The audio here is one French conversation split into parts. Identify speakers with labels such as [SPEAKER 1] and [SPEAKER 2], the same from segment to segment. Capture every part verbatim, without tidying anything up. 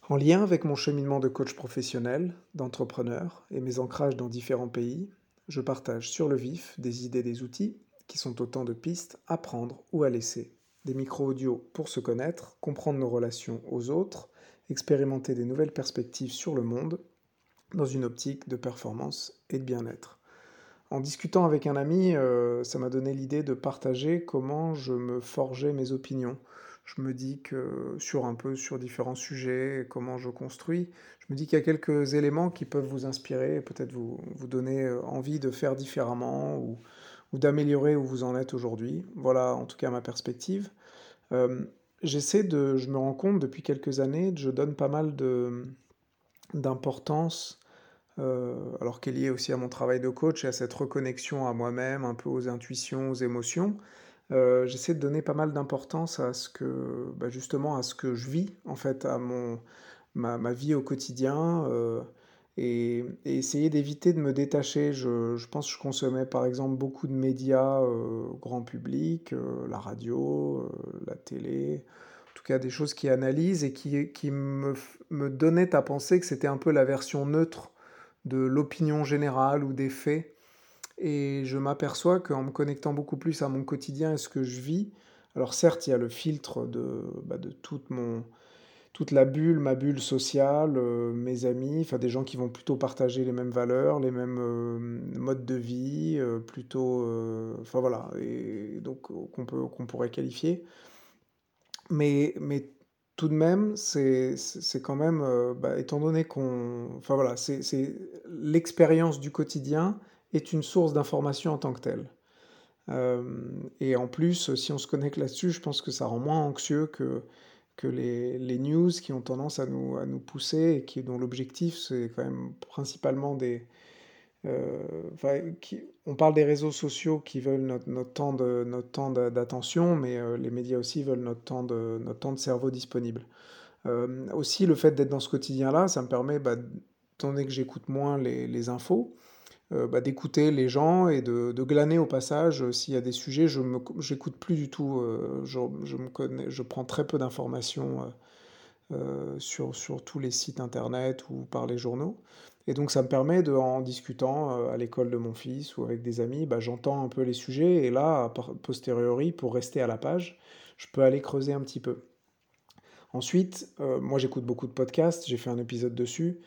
[SPEAKER 1] En lien avec mon cheminement de coach professionnel, d'entrepreneur et mes ancrages dans différents pays, je partage sur le vif des idées, des outils qui sont autant de pistes à prendre ou à laisser. Des micro-audios pour se connaître, comprendre nos relations aux autres, expérimenter des nouvelles perspectives sur le monde dans une optique de performance et de bien-être. En discutant avec un ami, euh, ça m'a donné l'idée de partager comment je me forgeais mes opinions. Je me dis que sur un peu sur différents sujets, comment je construis, je me dis qu'il y a quelques éléments qui peuvent vous inspirer et peut-être vous, vous donner euh, envie de faire différemment ou, ou d'améliorer où vous en êtes aujourd'hui. Voilà en tout cas ma perspective. Euh, J'essaie de, je me rends compte depuis quelques années, je donne pas mal de, d'importance euh, alors qu'elle est liée aussi à mon travail de coach et à cette reconnexion à moi-même, un peu aux intuitions, aux émotions. Euh, j'essaie de donner pas mal d'importance à ce que, bah, justement, à ce que je vis, en fait, à mon, ma, ma vie au quotidien, euh, et, et essayer d'éviter de me détacher. Je, je pense que je consommais, par exemple, beaucoup de médias euh, grand public, euh, la radio, euh, la télé, en tout cas des choses qui analysent et qui, qui me, me donnaient à penser que c'était un peu la version neutre de l'opinion générale ou des faits. Et je m'aperçois qu'en me connectant beaucoup plus à mon quotidien et ce que je vis, alors certes, il y a le filtre de, bah, de toute, mon, toute la bulle, ma bulle sociale, euh, mes amis, enfin des gens qui vont plutôt partager les mêmes valeurs, les mêmes euh, modes de vie, euh, plutôt, euh, enfin voilà, et donc euh, qu'on peut, qu'on pourrait qualifier. Mais, mais tout de même, c'est c'est quand même, euh, bah, étant donné qu'on... Enfin voilà, c'est c'est- l'expérience du quotidien est une source d'information en tant que telle. Euh, et en plus, si on se connecte là-dessus, je pense que ça rend moins anxieux que, que les, les news qui ont tendance à nous, à nous pousser et qui, dont l'objectif, c'est quand même principalement des, euh, enfin, qui- on parle des réseaux sociaux qui veulent notre, notre temps de, notre temps d'a- d'attention, mais euh, les médias aussi veulent notre temps de, notre temps de cerveau disponible. Euh, aussi, le fait d'être dans ce quotidien-là, ça me permet, bah, étant donné que j'écoute moins les, les infos, euh, bah, d'écouter les gens et de, de glaner au passage euh, s'il y a des sujets. Je me, j'écoute plus du tout. Euh, je, je me connais, je prends très peu d'informations euh, euh, sur, sur tous les sites internet ou par les journaux. Et donc ça me permet de, en discutant euh, à l'école de mon fils ou avec des amis, bah, j'entends un peu les sujets et là, a posteriori, pour rester à la page, je peux aller creuser un petit peu. Ensuite, euh, moi j'écoute beaucoup de podcasts, j'ai fait un épisode dessus,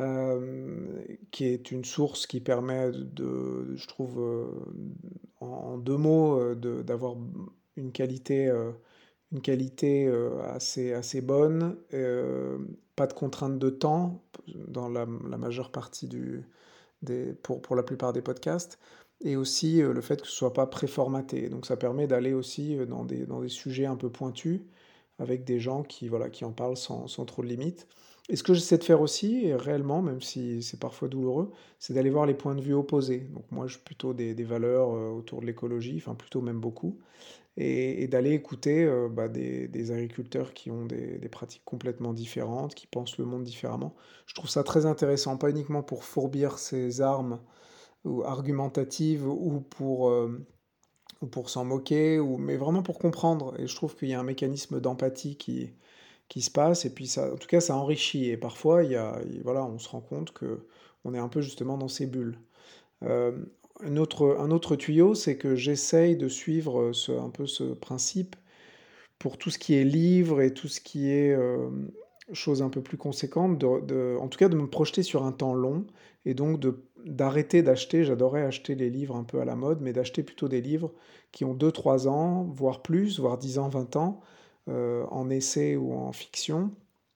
[SPEAKER 1] euh, qui est une source qui permet de, je trouve, euh, en, en deux mots, euh, de- d'avoir une qualité, euh, une qualité euh, assez, assez bonne, euh, pas de contrainte de temps dans la, la majeure partie du, des, pour, pour la plupart des podcasts, et aussi euh, le fait que ce soit pas préformaté. Donc ça permet d'aller aussi euh, dans des, dans des sujets un peu pointus avec des gens qui, voilà, qui en parlent sans, sans trop de limites. Et ce que j'essaie de faire aussi, et réellement, même si c'est parfois douloureux, c'est d'aller voir les points de vue opposés. Donc moi, je suis plutôt des, des valeurs euh, autour de l'écologie, enfin plutôt même beaucoup, et, et d'aller écouter euh, bah, des, des agriculteurs qui ont des, des pratiques complètement différentes, qui pensent le monde différemment. Je trouve ça très intéressant, pas uniquement pour fourbir ses armes ou argumentatives ou pour, euh, ou pour s'en moquer, ou, mais vraiment pour comprendre. Et je trouve qu'il y a un mécanisme d'empathie qui, qui se passe, et puis ça, en tout cas, ça enrichit. Et parfois, il y a, il- voilà, on se rend compte que on est un peu justement dans ces bulles. Euh, un autre, un autre tuyau, c'est que j'essaye de suivre ce, un peu ce principe pour tout ce qui est livre et tout ce qui est euh, chose un peu plus conséquente, de, de- en tout cas de me projeter sur un temps long et donc de, d'arrêter d'acheter, j'adorais acheter les livres un peu à la mode, mais d'acheter plutôt des livres qui ont deux trois ans, voire plus, voire dix ans, vingt ans, euh, en essai ou en fiction,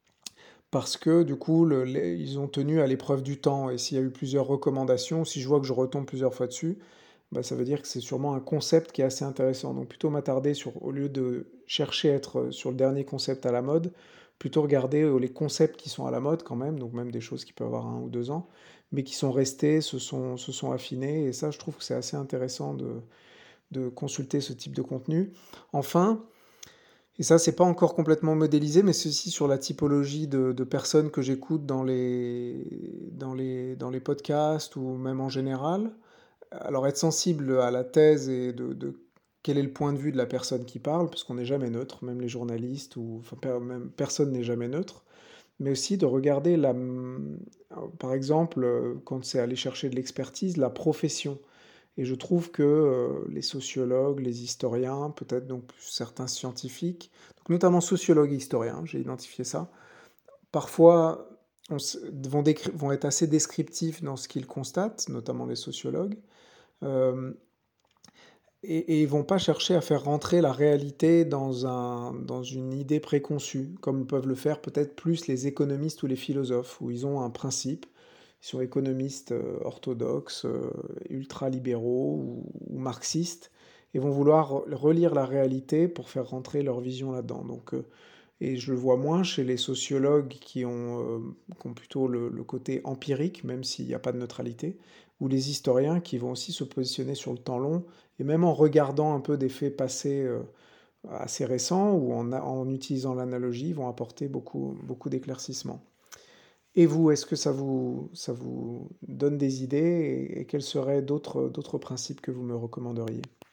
[SPEAKER 1] parce que du coup, le- les- ils ont tenu à l'épreuve du temps. Et s'il y a eu plusieurs recommandations, si je vois que je retombe plusieurs fois dessus, bah, ça veut dire que c'est sûrement un concept qui est assez intéressant. Donc plutôt m'attarder sur, au lieu de chercher à être euh, sur le dernier concept à la mode, plutôt regarder euh, les concepts qui sont à la mode quand même, donc même des choses qui peuvent avoir un ou deux ans, mais qui sont restés, se sont, se sont affinés. Et ça, je trouve que c'est assez intéressant de, de consulter ce type de contenu. Enfin, et ça, c'est pas encore complètement modélisé, mais ceci sur la typologie de, de personnes que j'écoute dans les, dans les, dans les podcasts ou même en général. Alors être sensible à la thèse et de, de quel est le point de vue de la personne qui parle, parce qu'on n'est jamais neutre, même les journalistes, ou enfin, per- même personne n'est jamais neutre. mais aussi de regarder la, mmh, par exemple, heu, quand c'est aller chercher de l'expertise, la profession. Et je trouve que, heu, les sociologues, les historiens, peut-être donc certains scientifiques, donc notamment sociologues et historiens, j'ai identifié ça, parfois on se vont décri vont être assez descriptifs dans ce qu'ils constatent, notamment les sociologues, hem et et ils vont pas chercher à faire rentrer la réalité dans un dans une idée préconçue, comme peuvent le faire peut-être plus les économistes ou les philosophes, où ils ont un principe. Ils sont économistes, heu, orthodoxes, heu, ultralibéraux ou ou marxistes et vont vouloir re relire la réalité pour faire rentrer leur vision là-dedans. Donc, heu et je le vois moins chez les sociologues qui ont, heu, qui ont plutôt le le côté empirique, même s'il y a pas de neutralité, ou les historiens qui vont aussi se positionner sur le temps long et même en regardant un peu des faits passés, heu, assez récents ou en a en utilisant l'analogie, vont apporter beaucoup beaucoup d'éclaircissements. Et vous, est-ce que ça vous ça vous donne des idées et et quels seraient d'autres d'autres principes que vous me recommanderiez?